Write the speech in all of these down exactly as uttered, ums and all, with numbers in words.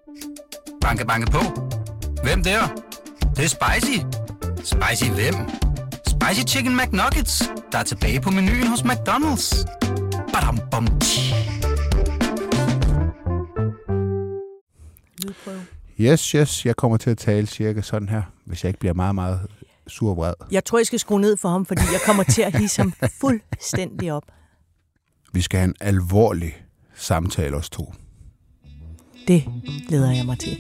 Banke, banke på. Hvem der? Det, det er spicy. Spicy hvem? Spicy Chicken McNuggets, der er tilbage på menuen hos McDonald's. Badum, bom, Lydprøve. Yes, yes, jeg kommer til at tale cirka sådan her, hvis jeg ikke bliver meget, meget sur og vred. Jeg tror, jeg skal skrue ned for ham, fordi jeg kommer til at hisse ham fuldstændig op. Vi skal have en alvorlig samtale, os to. Det glæder jeg mig til.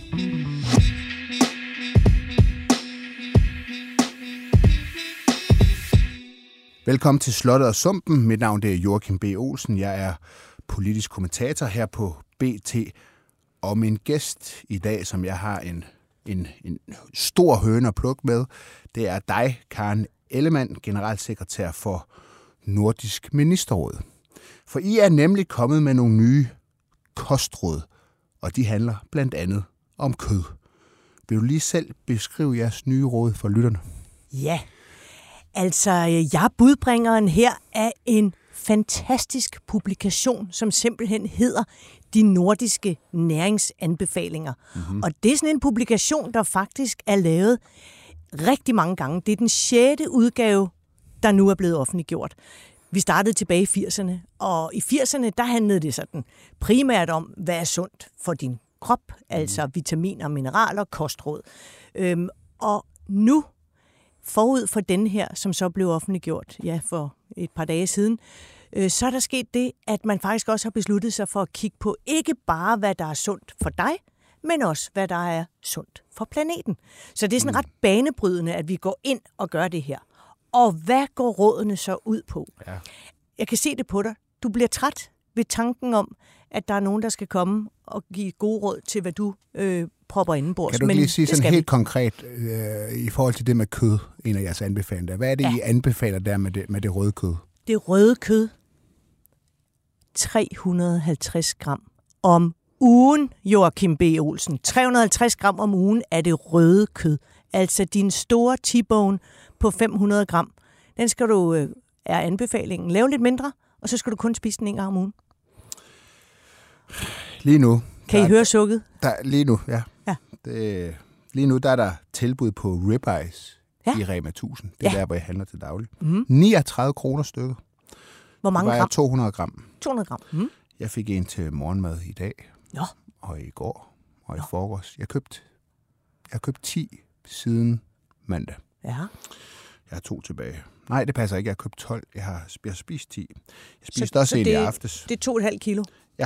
Velkommen til Slottet og Sumpen. Mit navn det er Joachim B. Olsen. Jeg er politisk kommentator her på B T. Og min gæst i dag, som jeg har en, en, en stor høne at plukke med, det er dig, Karen Ellemann, generalsekretær for Nordisk Ministerråd. For I er nemlig kommet med nogle nye kostråd, og de handler blandt andet om kød. Vil du lige selv beskrive jeres nye råd for lytterne? Ja, altså jeg er budbringeren her af en fantastisk publikation, som simpelthen hedder De Nordiske Næringsanbefalinger. Mm-hmm. Og det er sådan en publikation, der faktisk er lavet rigtig mange gange. Det er den sjette udgave, der nu er blevet offentliggjort. Vi startede tilbage i firserne, og i firserne, der handlede det sådan primært om, hvad er sundt for din krop, altså vitaminer, mineraler, kostråd. Øhm, og nu, forud for den her, som så blev offentliggjort ja, for et par dage siden, øh, så er der sket det, at man faktisk også har besluttet sig for at kigge på ikke bare, hvad der er sundt for dig, men også, hvad der er sundt for planeten. Så det er sådan ret banebrydende, at vi går ind og gør det her. Og hvad går rådene så ud på? Ja. Jeg kan se det på dig. Du bliver træt ved tanken om, at der er nogen, der skal komme og give gode råd til, hvad du øh, propper indenbords. Kan du lige sige sådan helt vi. konkret øh, i forhold til det med kød, en af jeres anbefalinger? Hvad er det, ja. I anbefaler der med det, med det røde kød? Det røde kød, tre hundrede og halvtreds gram om ugen, Joachim B. Olsen. tre hundrede og halvtreds gram om ugen er det røde kød. Altså din store T-bone på fem hundrede gram. Den skal du, øh, er anbefalingen, lave lidt mindre, og så skal du kun spise den en gang om ugen. Lige nu. Kan I der, høre sukket? Der, lige nu, ja. ja. Det, lige nu der er der tilbud på ribeyes ja. i Rema tusind. Det er ja. der, hvor jeg handler til daglig. Mm. niogtredive kroner stykket. Hvor mange gram? to hundrede gram. to hundrede gram. Mm. Jeg fik en til morgenmad i dag. Nå. Og i går. Og Nå. i forgårs. Jeg købte jeg har købt ti siden mandag. Ja. Jeg har to tilbage. Nej, det passer ikke. Jeg har købt tolv. Jeg har, jeg har spist ti. Jeg spiste så, også så en det, i aftes. Det er to og et halvt kilo? Ja.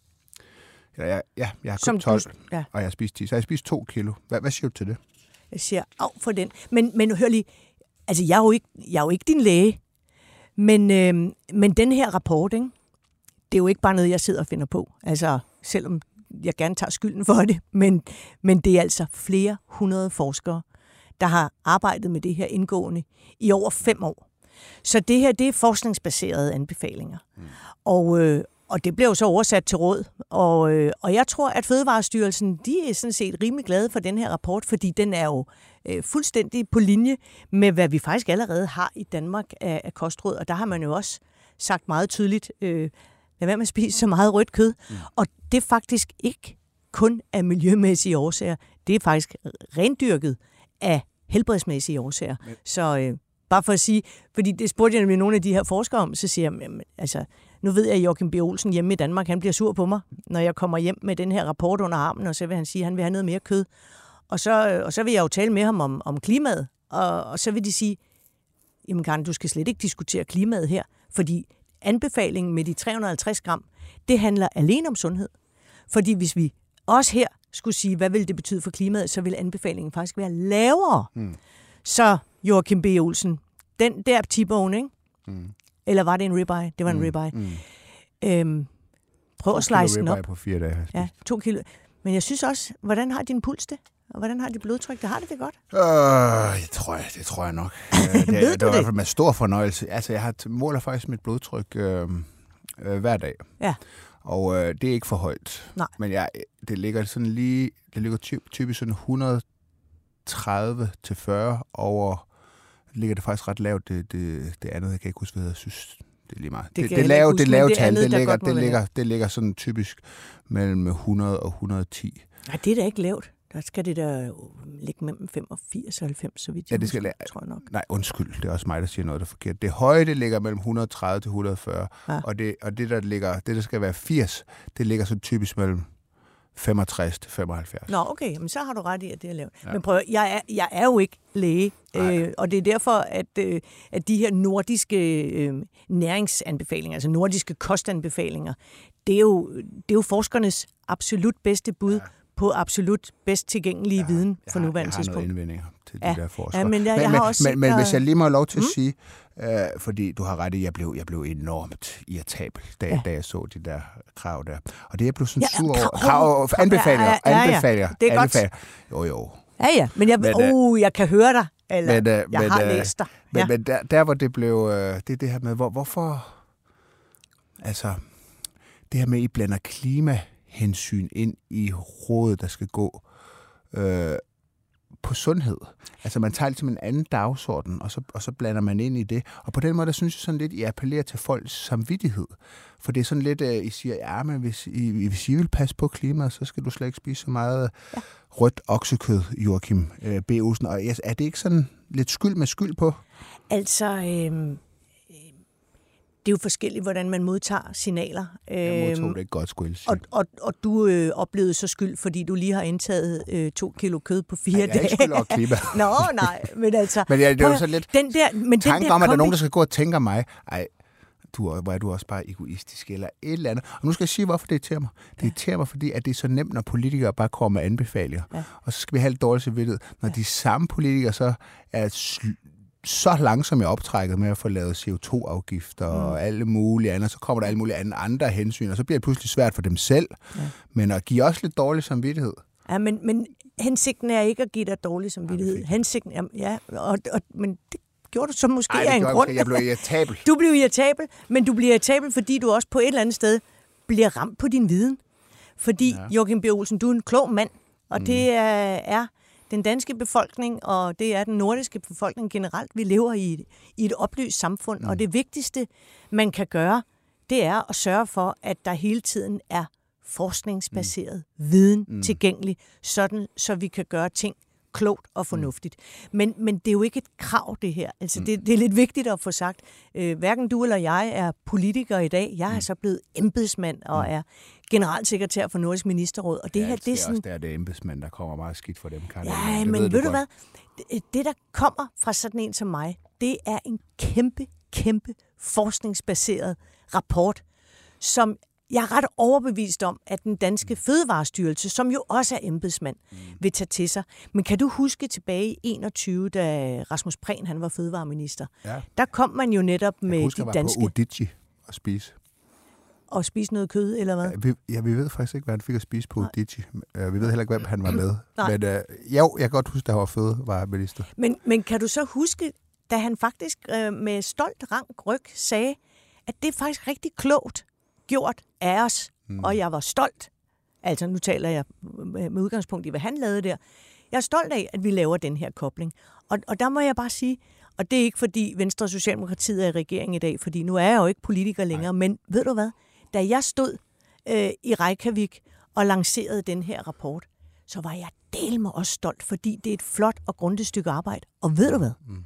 Ja, ja, ja jeg har købt tolv, du, ja. og jeg har spist ti. Så jeg har spist to kilo. Hvad, hvad siger du til det? Jeg siger, af for den. Men, men hør lige, altså jeg er jo ikke, jeg er jo ikke din læge, men, øh, men den her rapport, ikke, det er jo ikke bare noget, jeg sidder og finder på. Altså, selvom jeg gerne tager skylden for det, men, men det er altså flere hundrede forskere, der har arbejdet med det her indgående i over fem år. Så det her, det er forskningsbaserede anbefalinger. Mm. Og, øh, og det bliver jo så oversat til råd. Og, øh, og jeg tror, at Fødevarestyrelsen, de er sådan set rimelig glade for den her rapport, fordi den er jo øh, fuldstændig på linje med, hvad vi faktisk allerede har i Danmark af, af kostråd. Og der har man jo også sagt meget tydeligt, øh, lad være med at spise så meget rødt kød. Mm. Og det er faktisk ikke kun af miljømæssige årsager. Det er faktisk rendyrket af helbredsmæssige årsager. Men. Så øh, bare for at sige, fordi det spurgte jeg nemlig nogle af de her forskere om, så siger jeg, jamen, altså, nu ved jeg, at Joachim B. Olsen hjemme i Danmark, han bliver sur på mig, når jeg kommer hjem med den her rapport under armen, og så vil han sige, at han vil have noget mere kød. Og så, og så vil jeg jo tale med ham om, om klimaet, og, og så vil de sige, jamen Karen, du skal slet ikke diskutere klimaet her, fordi anbefalingen med de tre hundrede og halvtreds gram, det handler alene om sundhed. Fordi hvis vi også her skulle sige, hvad vil det betyde for klimaet, så vil anbefalingen faktisk være lavere. Mm. Så Joachim B. Olsen, den der T-bone, ikke? Mm. Eller var det en ribeye? Det var en mm. ribeye. Mm. Øhm, prøv at slice den op. På fire dage. Ja, to kilo. Men jeg synes også, hvordan har din puls det? Og hvordan har dit blodtryk? Det har det det godt? Øh, det tror jeg, det tror jeg nok. det, Ved det, du det var i det? hvert fald med stor fornøjelse. Altså, jeg har måler faktisk mit blodtryk øh, øh, hver dag. Ja. Og øh, det er ikke for højt. Nej. Men jeg, det ligger sådan lige, det ligger typ, typisk sådan et hundrede og tredive til fyrre over, ligger det faktisk ret lavt, det, det, det andet, jeg kan ikke huske, hvad jeg synes. Det det er lige meget. Det, Det, kan det, jeg lave, ikke det huske, lave men det tal, andet, det der ligger, godt må det, være. ligger, det ligger sådan typisk mellem hundrede og hundrede og ti. Nej, det er da ikke lavt. Der skal det der ligge mellem femogfirs og halvfems, så vidt jeg Ja, det skal husker, la- tror jeg nok. Nej, undskyld, det er også mig, der siger noget, der er forkert. Det høje, det ligger mellem hundrede og tredive til hundrede og fyrre, Ja. og, det, og det, der ligger, det, der skal være firs, det ligger så typisk mellem femogtres til femoghalvfjerds. Nå, okay, men så har du ret i, at det er lavt. Ja. Men prøv, jeg er, jeg er jo ikke læge, Nej. øh, og det er derfor, at, øh, at de her nordiske øh, næringsanbefalinger, altså nordiske kostanbefalinger, det er jo, det er jo forskernes absolut bedste bud ja. på absolut bedst tilgængelige ja, viden for har, nuværende jeg har tidspunkt. nogle indvendinger til Ja. de der forskere. Ja, men jeg- men, jeg har men, også men, set, men der- hvis jeg lige må have lov til Mm. at sige, øh, fordi du har ret i, jeg blev, jeg blev enormt irritabel, da, Ja. da jeg så de der krav der. Og det jeg blev sådan Ja, sur over. krav- Krav, krav- anbefalinger, ja, ja, ja, ja. anbefalinger, Det er godt. anbefalinger. Jo, jo. Ja, ja, men jeg, Men, øh, oh, jeg kan høre dig, eller men, øh, jeg men, har øh, læst dig. Men, Ja. men der, der, hvor det blev, øh, det er det her med, hvor, hvorfor, altså, det her med, I blander klimahensyn ind i rådet, der skal gå øh, på sundhed. Altså, man tager ligesom en anden dagsorden, og så, og så blander man ind i det. Og på den måde, der synes jeg sådan lidt, I appellerer til folks samvittighed. For det er sådan lidt, øh, I siger, ja, men hvis I, hvis I vil passe på klimaet, så skal du slet ikke spise så meget ja. rødt oksekød, Joachim øh, B. Olsen. Og er det ikke sådan lidt skyld med skyld på? Altså, øh, det er jo forskelligt, hvordan man modtager signaler. Jeg modtog Øhm, det ikke godt, skulle jeg sige. Og, og, og du øh, oplevede så skyld, fordi du lige har indtaget øh, to kilo kød på fire jeg er dage. ikke skyld over klima. Nå, nej, men altså... Men ja, det er prøv jo at- så lidt den der, men den tanken der om, at der er kombi- nogen, der skal gå og tænke mig, ej, du, er- hvor er du også bare egoistisk eller et eller andet. Og nu skal jeg sige, hvorfor det irriterer mig. Det irriterer mig, fordi at det er så nemt, når politikere bare kommer med anbefalinger. Ja. Og så skal vi have lidt dårligt samvittighed. Når de samme politikere så er sl- så langsomt i optrækket med at få lavet C O to afgifter mm. og alle mulige andre, så kommer der alle mulige andre, andre hensyn, og så bliver det pludselig svært for dem selv. Ja. Men at give også lidt dårlig samvittighed. Ja, men, men hensigten er ikke at give dig dårlig samvittighed. fint. Hensigten er, ja, og, og, men det gjorde du så måske Ej, af det en gjorde jeg grund. måske. Jeg blev irritabel. Du bliver irritabel, men du bliver irritabel, fordi du også på et eller andet sted bliver ramt på din viden. Fordi, ja. Joachim B. Olsen, du er en klog mand, og mm. det er, er den danske befolkning, og det er den nordiske befolkning generelt. Vi lever i et, i et oplyst samfund, mm. og det vigtigste, man kan gøre, det er at sørge for, at der hele tiden er forskningsbaseret mm. viden mm. tilgængelig, sådan så vi kan gøre ting klogt og fornuftigt. Mm. Men, men det er jo ikke et krav, det her. Altså, mm. det, det er lidt vigtigt at få sagt. Øh, hverken du eller jeg er politiker i dag. Jeg er mm. så blevet embedsmand og er generalsekretær for Nordisk Ministerråd. Og det ja, her, det det er er sådan... også der, det er embedsmænd, der kommer meget skidt for dem. Karl. Ja, det men ved, du ved du godt. hvad? Det, det, der kommer fra sådan en som mig, det er en kæmpe, kæmpe forskningsbaseret rapport, som jeg er ret overbevist om, at den danske Fødevarestyrelse, som jo også er embedsmand, mm. vil tage til sig. Men kan du huske tilbage i enogtyve, da Rasmus Prehn han var fødevareminister? Ja. Der kom man jo netop med jeg husker, de jeg danske... var på Udigi og spise. Og spise noget kød, eller hvad? Ja, vi, ja, vi ved faktisk ikke, hvad han fik at spise på Udigi. Uh, vi ved heller ikke, hvem han var med. Nej. Men uh, jo, jeg kan godt huske, der var fødevareminister. Men, men kan du så huske, da han faktisk øh, med stolt rank ryg sagde, at det er faktisk rigtig klogt gjort af os, mm. og jeg var stolt. Altså, nu taler jeg med udgangspunkt i, hvad han lavede der. Jeg er stolt af, at vi laver den her kobling. Og, og der må jeg bare sige, og det er ikke fordi Venstre og Socialdemokratiet er i regering i dag, fordi nu er jeg jo ikke politiker længere, Nej. men ved du hvad? Da jeg stod øh, i Reykjavik og lancerede den her rapport, så var jeg del mig også stolt, fordi det er et flot og grundigt stykke arbejde. Og ved du hvad? Mm.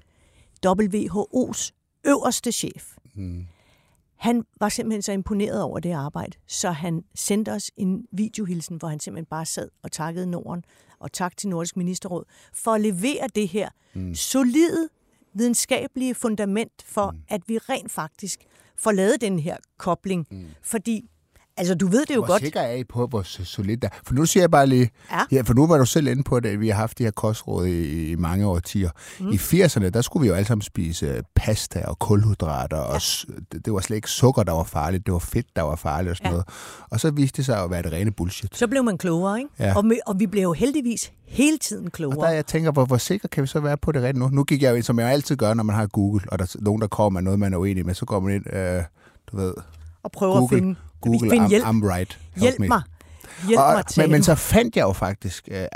W H O's øverste chef, mm. han var simpelthen så imponeret over det arbejde, så han sendte os en videohilsen, hvor han simpelthen bare sad og takkede Norden, og tak til Nordisk Ministerråd, for at levere det her mm. solide videnskabelige fundament for, mm. at vi rent faktisk får lavet den her kobling. Mm. Fordi, altså du ved det jo hvor godt. Hvor sikker er I på, hvor solidt der? For nu siger jeg bare lige, ja. Ja, for nu var du selv inde på det, at vi har haft de her kostråd i, i mange årtier. Mm. I firserne, der skulle vi jo alle sammen spise pasta og kulhydrater, ja. og det, det var slet ikke sukker, der var farligt, det var fedt, der var farligt og sådan ja. noget. Og så viste det sig at være det rene bullshit. Så blev man klogere, ikke? Ja. Og, med, og vi blev jo heldigvis hele tiden klogere. Og der jeg tænker, hvor, hvor sikker kan vi så være på det rent nu? Nu gik jeg jo ind, som jeg altid gør, når man har Google, og der er nogen, der kommer med noget, man er uenig med, så går man ind, øh, du ved... Og prøver Google, at finde, Google, finde I'm, hjælp. I'm right. Help Hjælp me. mig. Hjælp og, mig til. Men, men så fandt jeg jo faktisk uh,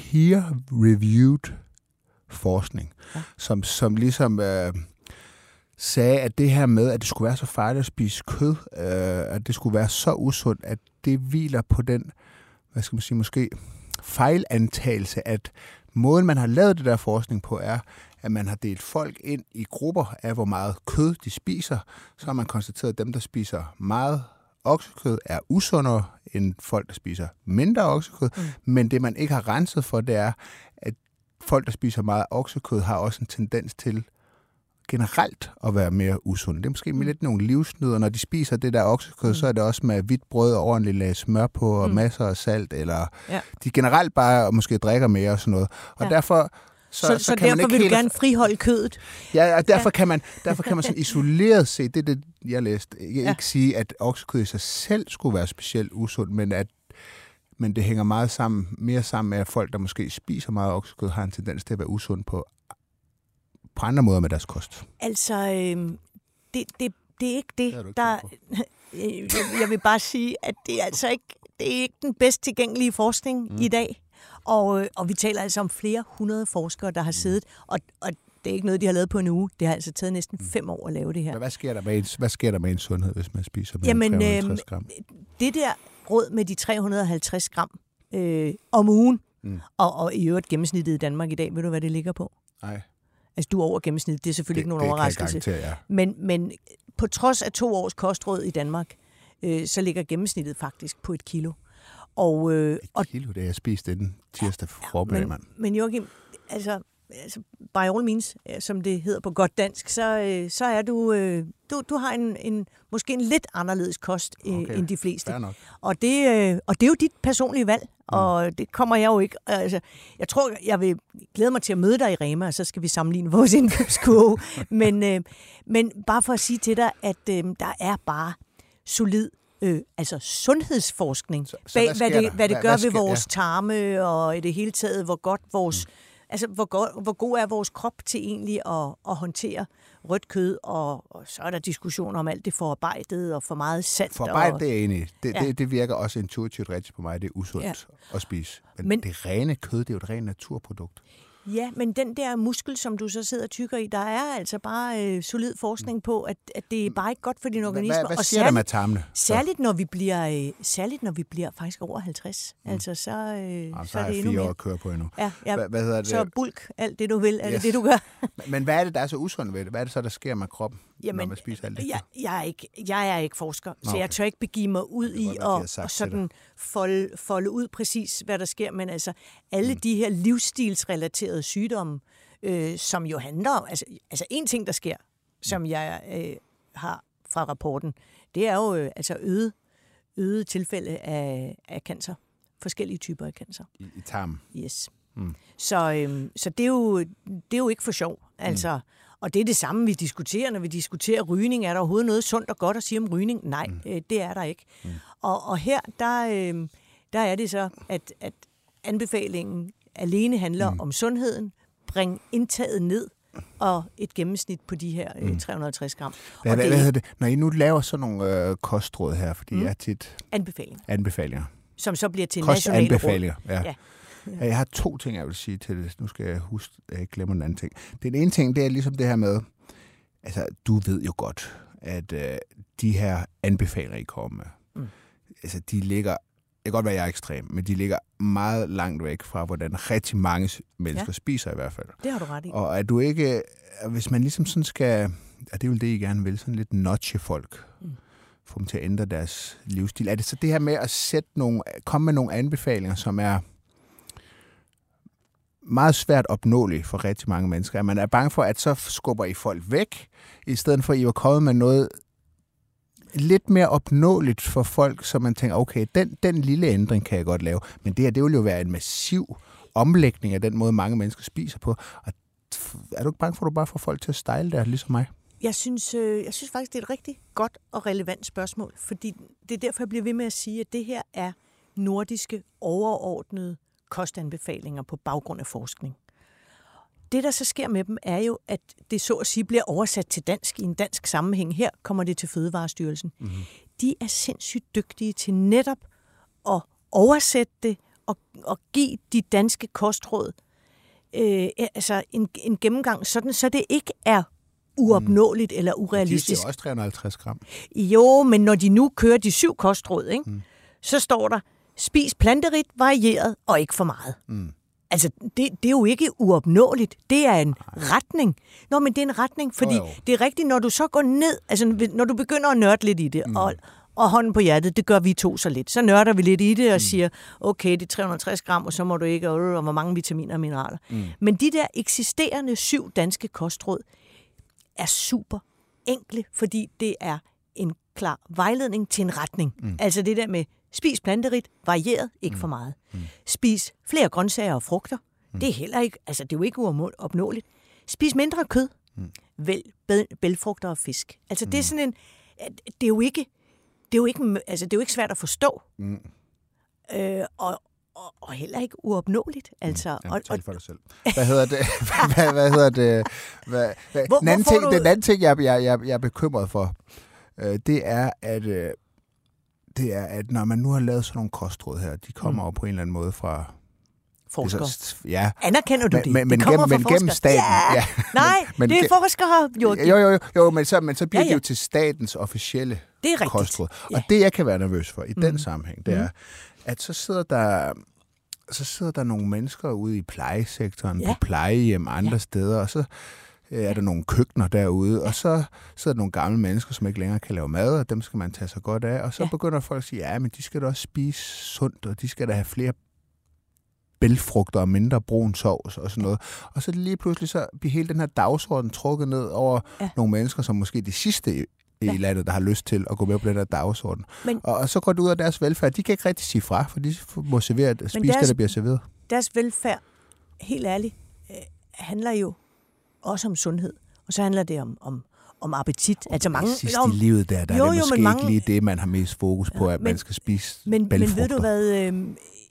peer-reviewed forskning, ja. som, som ligesom uh, sagde, at det her med, at det skulle være så farligt at spise kød, øh, at det skulle være så usundt, at det hviler på den, hvad skal man sige, måske fejlantagelse, at måden, man har lavet det der forskning på, er, at man har delt folk ind i grupper af, hvor meget kød de spiser. Så har man konstateret, at dem, der spiser meget oksekød, er usundere end folk, der spiser mindre oksekød. Mm. Men det, man ikke har renset for, det er, at folk, der spiser meget oksekød, har også en tendens til generelt at være mere usunde. Det er måske med lidt nogle livsnyder. Når de spiser det der oksekød, mm. så er det også med hvidt brød og ordentligt lag smør på og mm. masser af salt, eller ja. de generelt bare måske drikker mere og sådan noget. Og ja. derfor Så, så, så, så derfor vil du gerne friholde kødet? Ja, og derfor, ja. Kan man, derfor kan man sådan isoleret se, det er det, jeg læste, ikke, ja. ikke sige, at oksekød i sig selv skulle være specielt usundt, men at men det hænger meget sammen, mere sammen med, at folk, der måske spiser meget oksekød, har en tendens til at være usund på, på andre måder med deres kost. Altså, øh, det, det, det er ikke det, det ikke der... jeg, jeg vil bare sige, at det er altså ikke, det er ikke den bedst tilgængelige forskning mm. i dag. Og, og vi taler altså om flere hundrede forskere, der har siddet, og, og det er ikke noget, de har lavet på en uge. Det har altså taget næsten fem år at lave det her. Men hvad sker der med en, hvad sker der med en sundhed, hvis man spiser mere end tre hundrede og halvtreds gram? Det der råd med de tre hundrede og halvtreds gram øh, om ugen, mm. og, og i øvrigt gennemsnittet i Danmark i dag, ved du, hvad det ligger på? Nej. Altså, du er over gennemsnittet, det er selvfølgelig det, ikke nogen overraskelse. Ja. Men, men på trods af to års kostråd i Danmark, øh, så ligger gennemsnittet faktisk på et kilo. Og, øh, et kilo, det er jeg spist inden tirsdag formiddag, ja, mand. Men Joachim, altså, altså by all means, som det hedder på godt dansk, så, øh, så er du, øh, du, du har en, en måske en lidt anderledes kost øh, okay, end de fleste. Og det, øh, og det er jo dit personlige valg, og mm. det kommer jeg jo ikke. Altså, jeg tror, jeg vil glæde mig til at møde dig i Rema, og så skal vi sammenligne vores indkøbskurve. men, øh, men bare for at sige til dig, at øh, der er bare solid Øh, altså sundhedsforskning, så, så bag, hvad, hvad det, hvad det hvad, gør hvad sker, ved vores ja. tarme, og i det hele taget, hvor godt vores, mm. altså hvor, godt, hvor god er vores krop til egentlig at, at håndtere rødt kød, og, og så er der diskussioner om alt det forarbejdet, og for meget salt. Forarbejdet, det er enig. Det, ja. det, det virker også intuitivt rigtigt på mig, det er usundt ja. at spise. Men, Men det rene kød, det er jo et rent naturprodukt. Ja, men den der muskel, som du så sidder og tykker i, der er altså bare øh, solid forskning på, at, at det er bare ikke godt for dine organismer. Hvad, hvad sker der med tarmene? Særligt når vi bliver, øh, særligt når vi bliver faktisk over halvtreds. Mm. Altså så, øh, Jamen, så, så er det endnu mere. Så har jeg fire år at køre på endnu. Ja, ja. Hvad, hvad hedder det? Så bulk, alt det du vil, alt yes. det du gør. Men hvad er det, der er så usundt ved det? Hvad er det så, der sker med kroppen, Jamen, når man spiser alt det? Jeg, jeg, er ikke, jeg er ikke forsker, så okay. jeg tør ikke begive mig ud i og, og sådan folde, folde ud præcis, hvad der sker. Men altså, alle mm. de her livsstilsrelaterede sygdomme, Øh, som jo handler om, altså, altså en ting, der sker, som jeg øh, har fra rapporten, det er jo øh, altså øget, øget tilfælde af, af cancer, forskellige typer af cancer. I, i tarmen? Yes. Mm. Så, øh, så det, er jo, det er jo ikke for sjov, altså. Mm. Og det er det samme, vi diskuterer, når vi diskuterer rygning. Er der overhovedet noget sundt og godt at sige om rygning? Nej, mm. øh, det er der ikke. Mm. Og, og her, der, øh, der er det så, at, at anbefalingen alene handler mm. om sundheden, bring indtaget ned, og et gennemsnit på de her øh, tre hundrede og halvtreds gram. Hvad, og hvad, det, hvad hedder det? Når I nu laver sådan nogle øh, kostråd her, fordi mm. jeg er tit... Anbefalinger. Anbefalinger. Som så bliver til nationale råd. Kostanbefalinger, ja. ja. ja. Jeg har to ting, jeg vil sige til det. Nu skal jeg huske, at jeg ikke glemmer den anden ting. Den ene ting, det er ligesom det her med, altså, du ved jo godt, at øh, de her anbefalinger, I kommer med, mm. altså, de ligger... Det kan godt være, at jeg er ekstrem, men de ligger meget langt væk fra, hvordan rigtig mange mennesker ja. spiser i hvert fald. Det har du ret i. Og at du ikke, hvis man ligesom sådan skal, og det er jo det, I gerne vil, sådan lidt notche folk, mm. få dem til at ændre deres livsstil. Er det så det her med at sætte nogle, komme med nogle anbefalinger, som er meget svært opnåelige for rigtig mange mennesker? At man er bange for, at så skubber I folk væk, i stedet for, at I var kommet med noget lidt mere opnåeligt for folk, så man tænker, okay, den, den lille ændring kan jeg godt lave. Men det her, det vil jo være en massiv omlægning af den måde, mange mennesker spiser på. Og er du ikke bange for, at du bare får folk til at style der, ligesom mig? Jeg synes, øh, jeg synes faktisk, det er et rigtig godt og relevant spørgsmål, fordi det er derfor, jeg bliver ved med at sige, at det her er nordiske overordnede kostanbefalinger på baggrund af forskning. Det, der så sker med dem, er jo, at det så at sige bliver oversat til dansk i en dansk sammenhæng. Her kommer det til Fødevarestyrelsen. Mm-hmm. De er sindssygt dygtige til netop at oversætte det og, og give de danske kostråd øh, altså en, en gennemgang, sådan så det ikke er uopnåeligt mm. eller De urealistisk. siger også tre hundrede og halvtreds gram. Jo, men når de nu kører de syv kostråd, ikke, mm. så står der, spis planterigt, varieret og ikke for meget. Mm. Altså, det, det er jo ikke uopnåeligt. Det er en Nej. retning. Nå, men det er en retning, fordi oh, det er rigtigt, når du så går ned, altså når du begynder at nørde lidt i det, mm. og, og hånden på hjertet, det gør vi to så lidt. Så nørder vi lidt i det og mm. siger, okay, det er tre hundrede og tres gram, og så må du ikke, og, og hvor mange vitaminer og mineraler. Mm. Men de der eksisterende syv danske kostråd er super enkle, fordi det er en klar vejledning til en retning. Mm. Altså det der med spis planterigt, varieret, ikke mm. for meget. Mm. Spis flere grøntsager og frugter. Mm. Det er heller ikke, altså det er jo ikke uopnåeligt. Spis mindre kød. Mm. Vælg bælgfrugter og fisk. Altså mm. det er sådan en, det er jo ikke, det er jo ikke, altså det er jo ikke svært at forstå. Mm. Øh, og, og, og heller ikke uopnåeligt. Altså, mm. og, og, for dig selv. Hvad hedder det? hvad, hvad hedder det? Hvad, hvad, hvor, den, anden ting, du... den anden ting, jeg, jeg, jeg, jeg er bekymret for, øh, det er, at øh, det er, at når man nu har lavet sådan nogle kostråd her, de kommer mm. jo på en eller anden måde fra forskere. Så, ja. Anerkender du det? Men, men, det gennem, men gennem staten. Ja. Ja. Nej, men, det er forskere, jo. Jo, jo, jo, jo men, så, men så bliver ja, ja. det jo til statens officielle kostråd. Ja. Og det, jeg kan være nervøs for i mm. den sammenhæng, det er, at så sidder der... så sidder der nogle mennesker ude i plejesektoren, ja. på plejehjem andre ja. steder, og så er der nogle køkkener derude, og så sidder der nogle gamle mennesker, som ikke længere kan lave mad, og dem skal man tage sig godt af, og så ja. begynder folk at sige, ja, men de skal da også spise sundt, og de skal da have flere bælgfrugter og mindre brun sovs og sådan noget. Og så lige pludselig så bliver hele den her dagsorden trukket ned over ja. nogle mennesker, som måske de sidste i ja. landet, der har lyst til at gå med på den her dagsorden. Men, og, og så går det ud af deres velfærd. De kan ikke rigtig sige fra, for de må servere, spise deres, det, der bliver serveret. Deres velfærd, helt ærligt, øh, handler jo også om sundhed. Og så handler det om, om, om appetit. Og altså mange, sidst i livet der, der jo, er det måske jo, mange, ikke lige det, man har mest fokus på, at men, man skal spise men, bælgfrugter. Men ved du hvad, øh,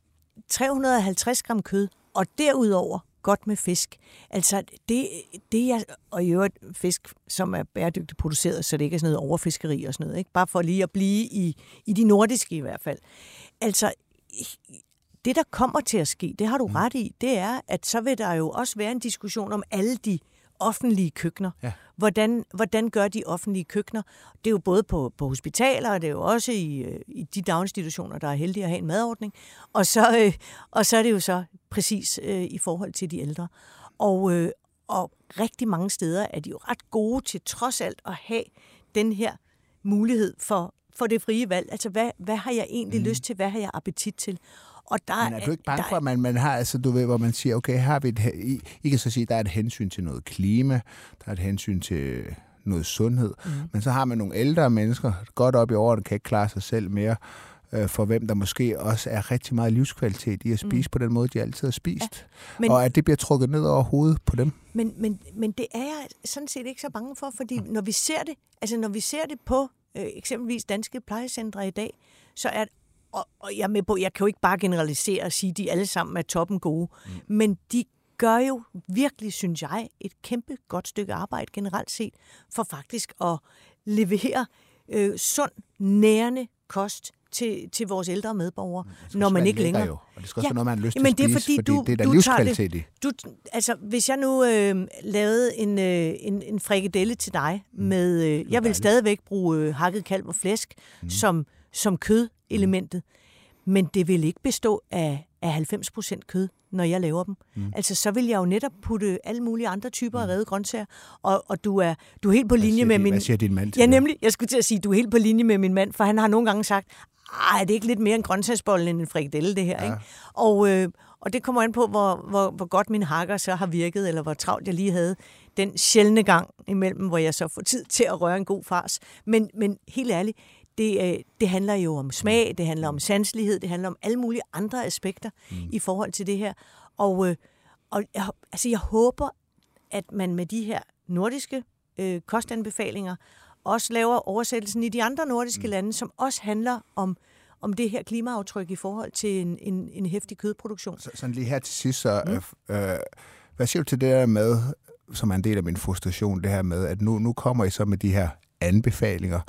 tre hundrede og halvtreds gram kød, og derudover godt med fisk. Altså det, det jeg, og i øvrigt fisk, som er bæredygtigt produceret, så det ikke er sådan noget overfiskeri og sådan noget, ikke? Bare for lige at blive i, i de nordiske i hvert fald. Altså det, der kommer til at ske, det har du ret i, det er, at så vil der jo også være en diskussion om alle de offentlige køkkener. Ja. Hvordan, hvordan gør de offentlige køkkener? Det er jo både på, på hospitaler, og det er jo også i, i de daginstitutioner, der er heldige at have en madordning. Og så, øh, og så er det jo så præcis øh, i forhold til de ældre. Og, øh, og rigtig mange steder er de jo ret gode til trods alt at have den her mulighed for, for det frie valg. Altså, hvad, hvad har jeg egentlig mm. lyst til? Hvad har jeg appetit til? Og der, men er du ikke bange for, at man, man har, altså du ved, hvor man siger, okay, har vi et, I, I kan så sige, der er et hensyn til noget klima, der er et hensyn til noget sundhed, mm. men så har man nogle ældre mennesker, godt op i året, der kan ikke klare sig selv mere, øh, for hvem der måske også er rigtig meget livskvalitet i at spise mm. på den måde, de altid har spist, ja, men, og at det bliver trukket ned over hovedet på dem. Men, men, men det er jeg sådan set ikke så bange for, fordi mm. når vi ser det, altså når vi ser det på øh, eksempelvis danske plejecentre i dag, så er Og, og jeg er med på, jeg kan jo ikke bare generalisere og sige, at de alle sammen er toppen gode. Mm. Men de gør jo virkelig, synes jeg, et kæmpe godt stykke arbejde generelt set, for faktisk at levere øh, sund, nærende kost til, til vores ældre medborgere, mm, når man ikke længere... Jo. Og det skal også ja, være noget, man har lyst til at spise, det er, fordi, du, fordi det er der livskvalitet i. Du, altså, hvis jeg nu øh, lavede en, øh, en, en frikadelle til dig mm. med... Øh, jeg vil stadigvæk bruge øh, hakket kalv og flæsk mm. som, som kødelementet, men det vil ikke bestå af, af halvfems procent kød, når jeg laver dem. Mm. Altså, så vil jeg jo netop putte alle mulige andre typer af rede grøntsager, og, og du, er, du er helt på linje med din, min... Hvad siger din mand til ja, nemlig, jeg skulle til at sige, du er helt på linje med min mand, for han har nogle gange sagt, ej, er det ikke lidt mere en grøntsagsbolle end en frikadelle, det her, ja. ikke? Og, øh, og det kommer an på, hvor, hvor, hvor godt min hakker så har virket, eller hvor travlt jeg lige havde den sjældne gang imellem, hvor jeg så får tid til at røre en god fars. Men, men helt ærligt, Det, det handler jo om smag, det handler om sanselighed, det handler om alle mulige andre aspekter mm. i forhold til det her. Og, og jeg, altså jeg håber, at man med de her nordiske øh, kostanbefalinger også laver oversættelsen i de andre nordiske mm. lande, som også handler om, om det her klimaaftryk i forhold til en, en, en heftig kødproduktion. Så, sådan lige her til sidst, så, mm. øh, hvad siger du til det der med, som er en del af min frustration, det her med, at nu, nu kommer I så med de her anbefalinger,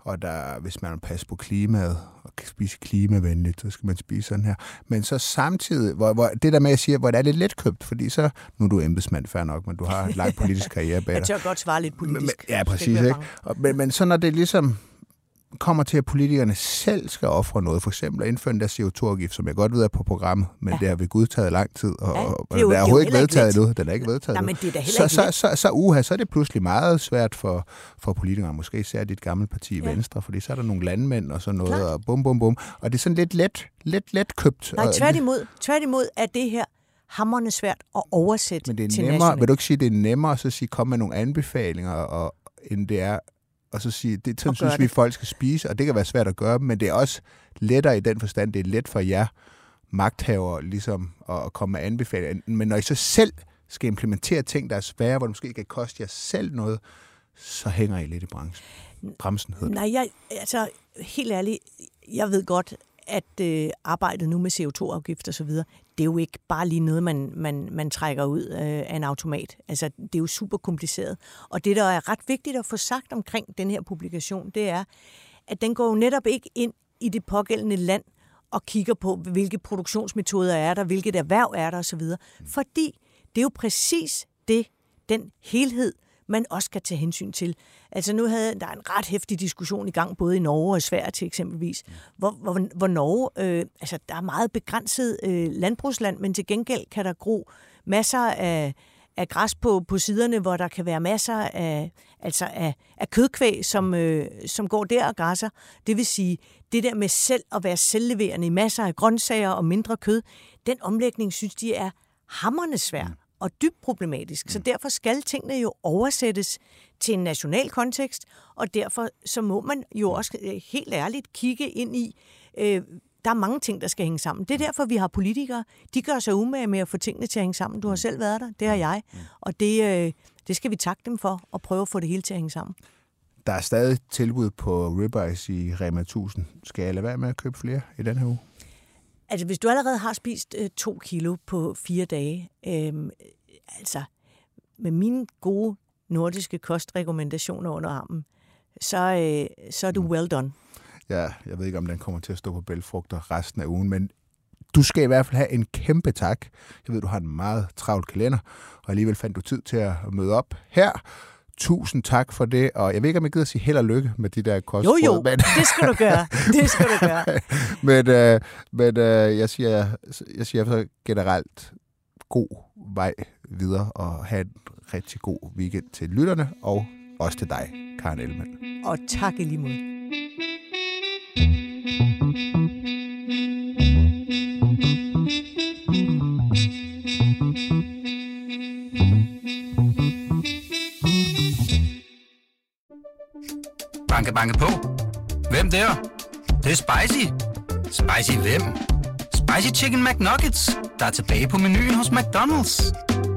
og der, hvis man vil passe på klimaet og kan spise klimavenligt, så skal man spise sådan her. Men så samtidig, hvor, hvor det der med, at jeg siger, hvor det er lidt letkøbt, fordi så, nu er du embedsmand, fair nok, men du har en lang politisk karriere bag dig. Jeg tør godt svare lidt politisk. Men, ja, præcis. Ikke? Og, men, men så når det ligesom kommer til, at politikerne selv skal ofre noget, for eksempel at indføre den der C O to afgift, som jeg godt ved er på programmet, men ja. det har vi godtaget lang tid, og, ja, og det er jo, der er overhovedet ikke vedtaget endnu. Den er ikke vedtaget endnu. Så, så, så, så, uha, så er det pludselig meget svært for, for politikere, måske især dit gamle parti ja. Venstre, fordi så er der nogle landmænd og sådan noget, Klart. og bum, bum, bum. Og det er sådan lidt let, lidt, let købt. Nej, tværtimod, tværtimod er det her hamrende svært at oversætte men det er til nemmere, nationalt. Vil du ikke sige, at det er nemmere at så sige, kom med nogle anbefalinger, og, end det er og så sige, det sådan synes det. vi, folk skal spise, og det kan være svært at gøre, men det er også lettere i den forstand, det er let for jer magthavere ligesom at komme med anbefalinger. Men når I så selv skal implementere ting, der er svære, hvor det måske kan koste jer selv noget, så hænger I lidt i branchen. Bremsen hedder det. Nej, jeg, altså helt ærligt, jeg ved godt, at øh, arbejdet nu med C O to afgift og så videre, det er jo ikke bare lige noget, man, man, man trækker ud øh, af en automat. Altså, det er jo super kompliceret. Og det, der er ret vigtigt at få sagt omkring den her publikation, det er, at den går jo netop ikke ind i det pågældende land og kigger på, hvilke produktionsmetoder er der, hvilket erhverv er der osv. Fordi det er jo præcis det, den helhed, man også skal tage hensyn til. Altså nu havde der en ret heftig diskussion i gang, både i Norge og Sverige til eksempelvis, hvor, hvor, hvor Norge, øh, altså der er meget begrænset øh, landbrugsland, men til gengæld kan der gro masser af, af græs på, på siderne, hvor der kan være masser af, altså af, af kødkvæg, som, øh, som går der og græsser. Det vil sige, det der med selv at være selvleverende i masser af grøntsager og mindre kød, den omlægning synes de er hamrende svær og dybt problematisk. Så derfor skal tingene jo oversættes til en national kontekst, og derfor så må man jo også helt ærligt kigge ind i, øh, der er mange ting, der skal hænge sammen. Det er derfor, vi har politikere. De gør sig umage med at få tingene til at hænge sammen. Du har selv været der, det har jeg. Og det, øh, det skal vi takke dem for, og prøve at få det hele til at hænge sammen. Der er stadig tilbud på ribeyes i Rema tusind. Skal jeg lade være med at købe flere i den her uge? Altså, hvis du allerede har spist øh, to kilo på fire dage, øh, altså med mine gode nordiske kostrekommendationer under armen, så, øh, så er du well done. Ja, jeg ved ikke, om den kommer til at stå på bælgfrugter resten af ugen, men du skal i hvert fald have en kæmpe tak. Jeg ved, du har en meget travl kalender, og alligevel fandt du tid til at møde op her. Tusind tak for det, og jeg ved ikke, om jeg gider at sige held og lykke med de der kostråd. Jo, jo, men det skal du gøre. Det skal du gøre. men øh, men øh, jeg siger, jeg siger så generelt god vej videre, og have en rigtig god weekend til lytterne, og også til dig, Karen Ellemann. Og tak i lige måde. Banke, banke på. Hvem der? Det, det er spicy. Spicy hvem? Spicy Chicken McNuggets, der er tilbage på menuen hos McDonald's.